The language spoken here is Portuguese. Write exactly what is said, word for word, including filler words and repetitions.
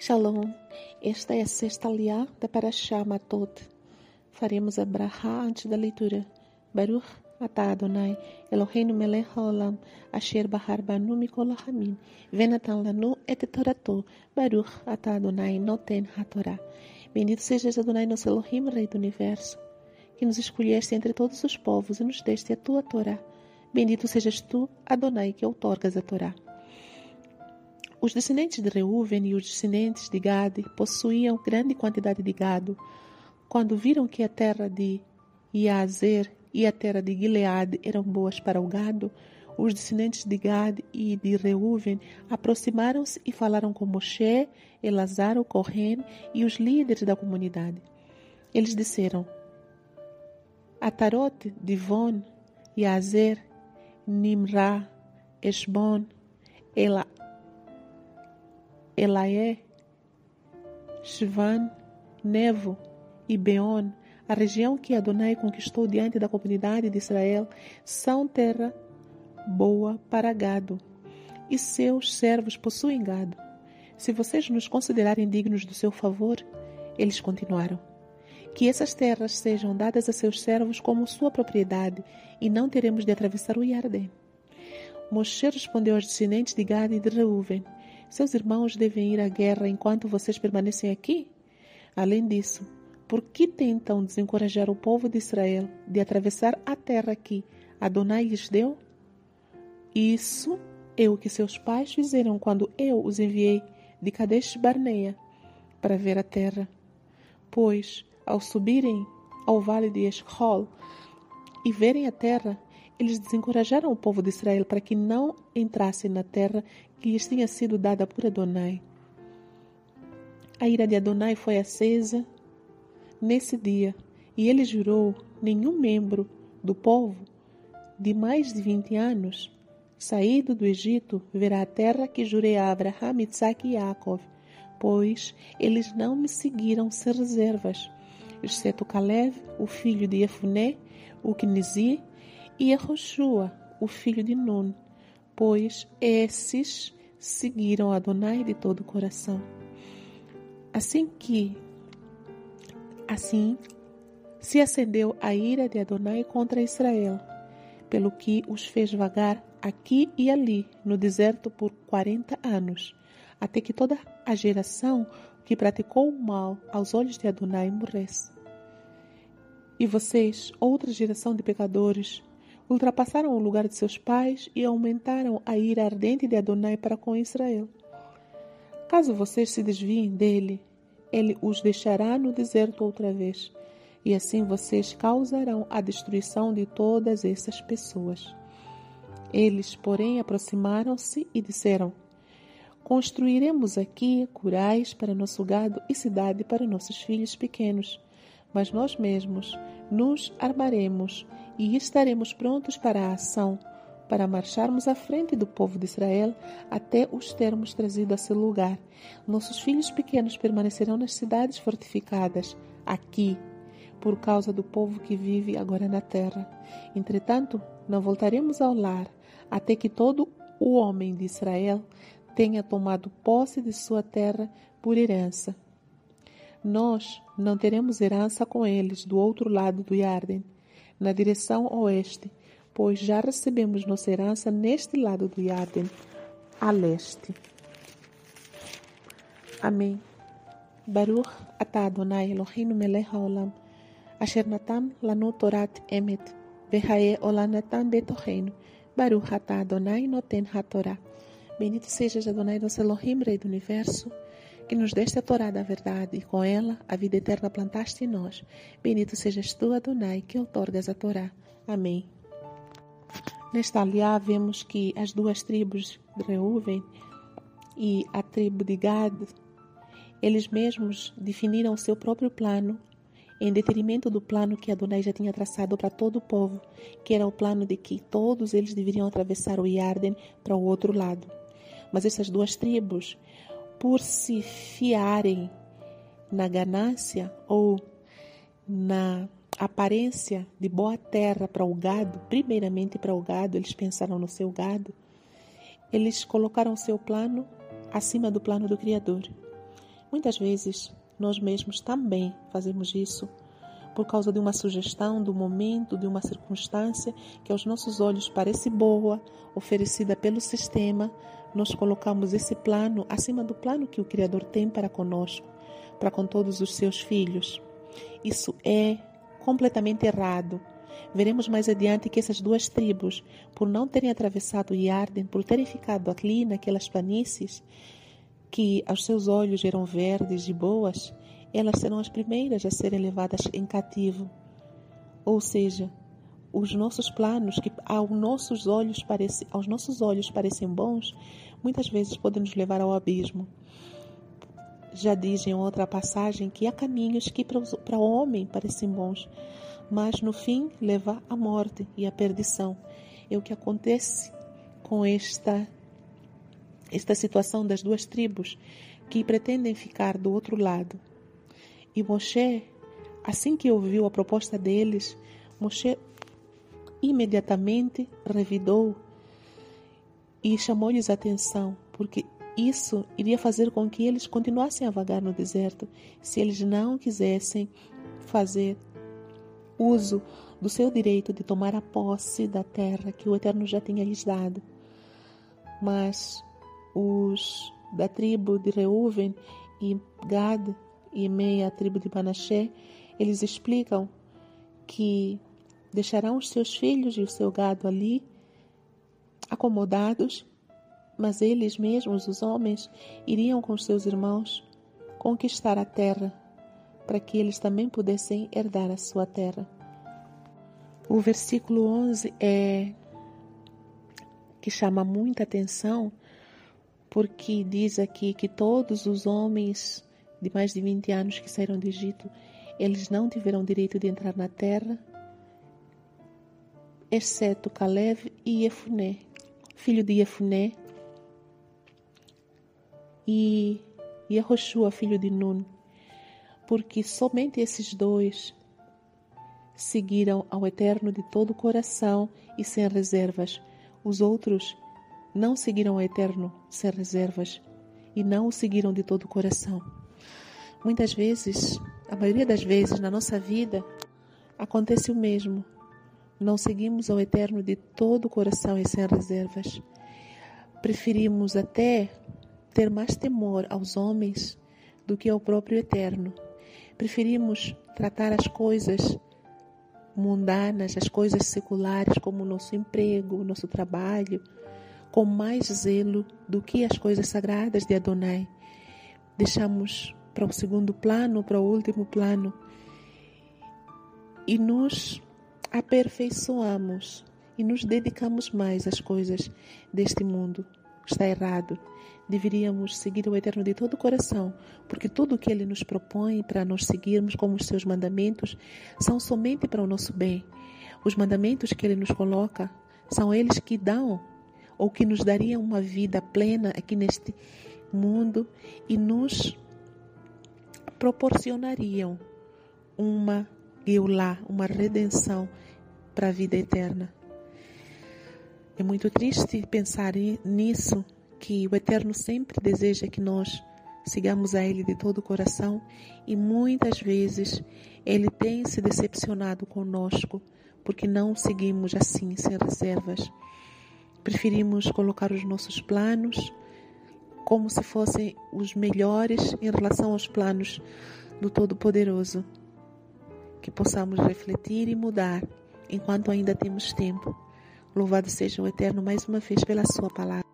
Shalom, esta é a sexta aliá da Parashá Matot. Faremos a brahá antes da leitura. Baruch atah Adonai, Eloheinu melech haolam, asher bahar banu mikol ha'amim, venatan lanu et torato, Baruch atah Adonai noten hatorá. Bendito sejas Adonai nosso Elohim, Rei do Universo, que nos escolheste entre todos os povos e nos deste a tua Torá. Bendito sejas tu, Adonai, que outorgas a Torá. Os descendentes de Reuven e os descendentes de Gade possuíam grande quantidade de gado. Quando viram que a terra de Iazer e a terra de Gileade eram boas para o gado, os descendentes de Gade e de Reuven aproximaram-se e falaram com Moshe, Elazar, o Kohen e os líderes da comunidade. Eles disseram: Atarot, Divon, Iazer, Nimrá, Esbon, Ela Elaé, Shvan, Nevo e Beon, a região que Adonai conquistou diante da comunidade de Israel, são terra boa para gado, e seus servos possuem gado. Se vocês nos considerarem dignos do seu favor, eles continuaram, que essas terras sejam dadas a seus servos como sua propriedade, e não teremos de atravessar o Iardém. Moshe respondeu aos descendentes de Gade e de Reuven: seus irmãos devem ir à guerra enquanto vocês permanecem aqui? Além disso, por que tentam desencorajar o povo de Israel de atravessar a terra que Adonai lhes deu? Isso é o que seus pais fizeram quando eu os enviei de Kadesh Barneia para ver a terra. Pois, ao subirem ao vale de Eshcol e verem a terra, eles desencorajaram o povo de Israel para que não entrassem na terra que lhes tinha sido dada por Adonai. A ira de Adonai foi acesa nesse dia, e ele jurou: nenhum membro do povo de mais de vinte anos, saído do Egito, verá a terra que jurei a Abraham, Isaac e Yaakov, pois eles não me seguiram sem reservas, exceto Caleb, o filho de Efuné, o Quenizi, e Yehoshua, o filho de Nun, pois esses seguiram Adonai de todo o coração. Assim que, assim, se acendeu a ira de Adonai contra Israel, pelo que os fez vagar aqui e ali no deserto por quarenta anos, até que toda a geração que praticou o mal aos olhos de Adonai morresse. E vocês, outra geração de pecadores, ultrapassaram o lugar de seus pais e aumentaram a ira ardente de Adonai para com Israel. Caso vocês se desviem dele, ele os deixará no deserto outra vez, e assim vocês causarão a destruição de todas essas pessoas. Eles, porém, aproximaram-se e disseram: construiremos aqui curais para nosso gado e cidade para nossos filhos pequenos, mas nós mesmos nos armaremos e estaremos prontos para a ação, para marcharmos à frente do povo de Israel até os termos trazido a seu lugar. Nossos filhos pequenos permanecerão nas cidades fortificadas, aqui, por causa do povo que vive agora na terra. Entretanto, não voltaremos ao lar, até que todo o homem de Israel tenha tomado posse de sua terra por herança. Nós não teremos herança com eles do outro lado do Iardém, na direção oeste, pois já recebemos nossa herança neste lado do Iardém, a leste. Amém. Baruch atah Adonai Eloheinu melech haolam, asher natan lanu torat emet, vehae olam natan betocheinu. Baruch atah Adonai noten hatorá. Bendito sejas Adonai nosso Elohim, Rei do Universo, que nos deste a Torá da verdade, e com ela a vida eterna plantaste em nós. Bendito sejas tu, Adonai, que outorgas a Torá. Amém. Nesta aliá vemos que as duas tribos de Reuven e a tribo de Gad, eles mesmos definiram o seu próprio plano, em detrimento do plano que Adonai já tinha traçado para todo o povo, que era o plano de que todos eles deveriam atravessar o Iardém para o outro lado. Mas essas duas tribos, por se fiarem na ganância ou na aparência de boa terra para o gado, primeiramente para o gado, eles pensaram no seu gado, eles colocaram seu plano acima do plano do Criador. Muitas vezes, nós mesmos também fazemos isso por causa de uma sugestão, do momento, de uma circunstância que aos nossos olhos parece boa, oferecida pelo sistema. Nós colocamos esse plano acima do plano que o Criador tem para conosco, para com todos os seus filhos. Isso é completamente errado. Veremos mais adiante que essas duas tribos, por não terem atravessado Iarden, por terem ficado ali naquelas planícies, que aos seus olhos eram verdes e boas, elas serão as primeiras a serem levadas em cativo. Ou seja, os nossos planos, que aos nossos olhos parecem, aos nossos olhos parecem bons, muitas vezes podem nos levar ao abismo. Já diz em outra passagem que há caminhos que para o homem parecem bons, mas no fim leva à morte e à perdição. É o que acontece com esta, esta situação das duas tribos que pretendem ficar do outro lado. E Moshe, assim que ouviu a proposta deles, Moshe imediatamente revidou e chamou-lhes a atenção, porque isso iria fazer com que eles continuassem a vagar no deserto, se eles não quisessem fazer uso do seu direito de tomar a posse da terra que o Eterno já tinha lhes dado. Mas os da tribo de Reuven e Gad e meia tribo de Manassés, eles explicam que deixarão os seus filhos e o seu gado ali, acomodados, mas eles mesmos, os homens, iriam com seus irmãos conquistar a terra, para que eles também pudessem herdar a sua terra. O versículo onze é que chama muita atenção, porque diz aqui que todos os homens de mais de vinte anos que saíram do Egito, eles não tiveram direito de entrar na terra, exceto Caleb e Jefuné, filho de Jefuné, e Yehoshua, filho de Nun, porque somente esses dois seguiram ao Eterno de todo o coração e sem reservas. Os outros não seguiram ao Eterno sem reservas e não o seguiram de todo o coração. Muitas vezes, a maioria das vezes na nossa vida, acontece o mesmo. Não seguimos ao Eterno de todo o coração e sem reservas. Preferimos até ter mais temor aos homens do que ao próprio Eterno. Preferimos tratar as coisas mundanas, as coisas seculares, como o nosso emprego, o nosso trabalho, com mais zelo do que as coisas sagradas de Adonai. Deixamos para o segundo plano, para o último plano, e nos aperfeiçoamos e nos dedicamos mais às coisas deste mundo. Está errado. Deveríamos seguir o Eterno de todo o coração, porque tudo o que Ele nos propõe para nós seguirmos como os seus mandamentos são somente para o nosso bem. Os mandamentos que Ele nos coloca são eles que dão ou que nos dariam uma vida plena aqui neste mundo e nos proporcionariam uma Geulá, uma redenção para a vida eterna. É muito triste pensar nisso, que o Eterno sempre deseja que nós sigamos a Ele de todo o coração e muitas vezes Ele tem se decepcionado conosco porque não o seguimos assim, sem reservas. Preferimos colocar os nossos planos como se fossem os melhores em relação aos planos do Todo-Poderoso. Que possamos refletir e mudar enquanto ainda temos tempo. Louvado seja o Eterno mais uma vez pela sua palavra.